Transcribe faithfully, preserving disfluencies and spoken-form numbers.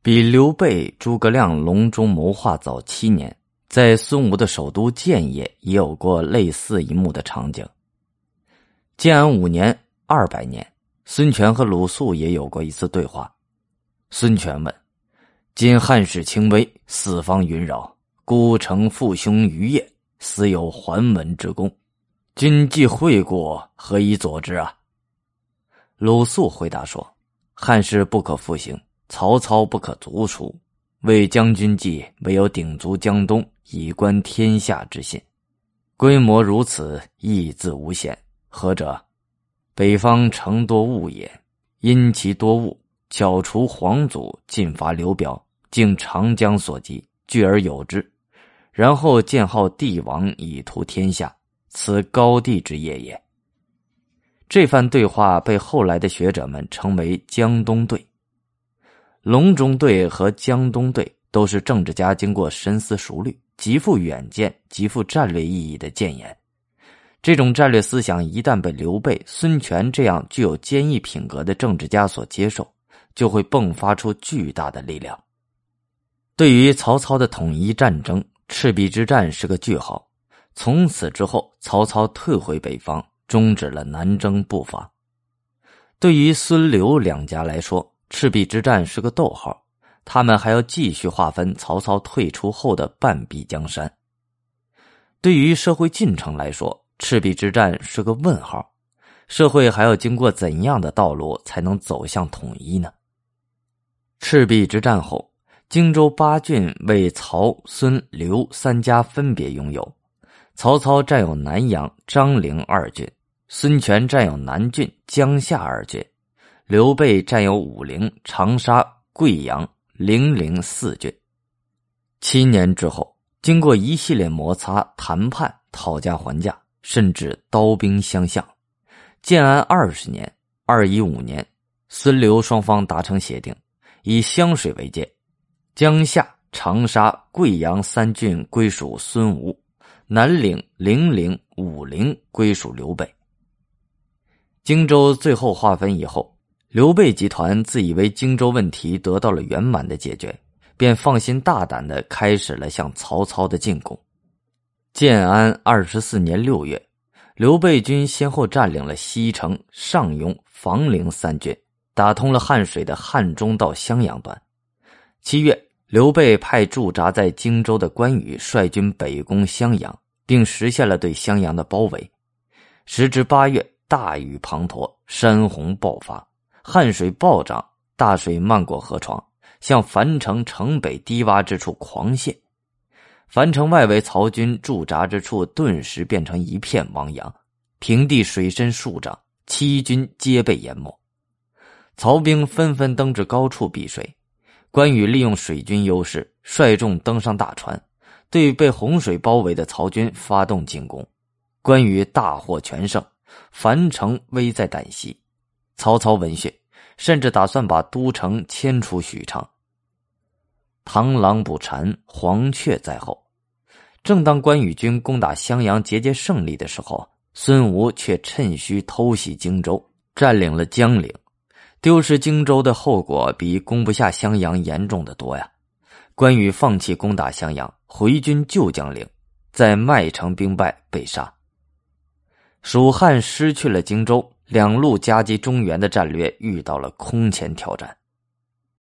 比刘备、诸葛亮隆中谋划早七年，在孙吴的首都建业也有过类似一幕的场景。建安五年二百年，孙权和鲁肃也有过一次对话。孙权问：今汉室倾危，四方云扰，孤城父兄余业，斯有还文之功，君既惠顾，何以佐之啊？鲁肃回答说：汉室不可复兴，曹操不可卒除，为将军计，唯有鼎足江东，以观天下之信。规模如此，亦自无险。何者？北方城多物也，因其多物，剿除黄祖，进伐刘表，经长江所及，聚而有之，然后建号帝王，以图天下，此高帝之业也。这番对话被后来的学者们称为江东对。隆中对和江东对都是政治家经过深思熟虑、极富远见、极富战略意义的谏言。这种战略思想一旦被刘备、孙权这样具有坚毅品格的政治家所接受，就会迸发出巨大的力量。对于曹操的统一战争，赤壁之战是个句号。从此之后，曹操退回北方，终止了南征步伐。对于孙刘两家来说，赤壁之战是个逗号，他们还要继续划分曹操退出后的半壁江山。对于社会进程来说，赤壁之战是个问号，社会还要经过怎样的道路才能走向统一呢？赤壁之战后，荆州八郡为曹、孙、刘三家分别拥有。曹操占有南阳、张陵二郡，孙权占有南郡、江夏二郡，刘备占有武陵、长沙、贵阳、零陵四郡。七年之后，经过一系列摩擦、谈判、讨价还价，甚至刀兵相向，建安二十年二一五年，孙刘双方达成协定，以湘水为界，江夏、长沙、贵阳三郡归属孙吴，南陵、零陵、武陵归属刘备。荆州最后划分以后，刘备集团自以为荆州问题得到了圆满的解决，便放心大胆地开始了向曹操的进攻。建安二十四年六月，刘备军先后占领了西城、上庸、房陵三郡，打通了汉水的汉中到襄阳段。七月，刘备派驻扎在荆州的关羽率军北攻襄阳，并实现了对襄阳的包围。时至八月，大雨滂沱，山洪爆发，汉水暴涨，大水漫过河床，向樊城城北低洼之处狂泻。樊城外围曹军驻扎之处顿时变成一片汪洋，平地水深数丈，七军皆被淹没。曹兵纷纷登至高处避水，关羽利用水军优势，率众登上大船，对被洪水包围的曹军发动进攻。关羽大获全胜，樊城危在旦夕。曹操闻讯，甚至打算把都城迁出许昌。螳螂捕蝉，黄雀在后。正当关羽军攻打襄阳节节胜利的时候，孙吴却趁虚偷袭荆州，占领了江陵。丢失荆州的后果比攻不下襄阳严重的多呀。关羽放弃攻打襄阳，回军救江陵，在麦城兵败被杀。蜀汉失去了荆州，两路夹击中原的战略遇到了空前挑战。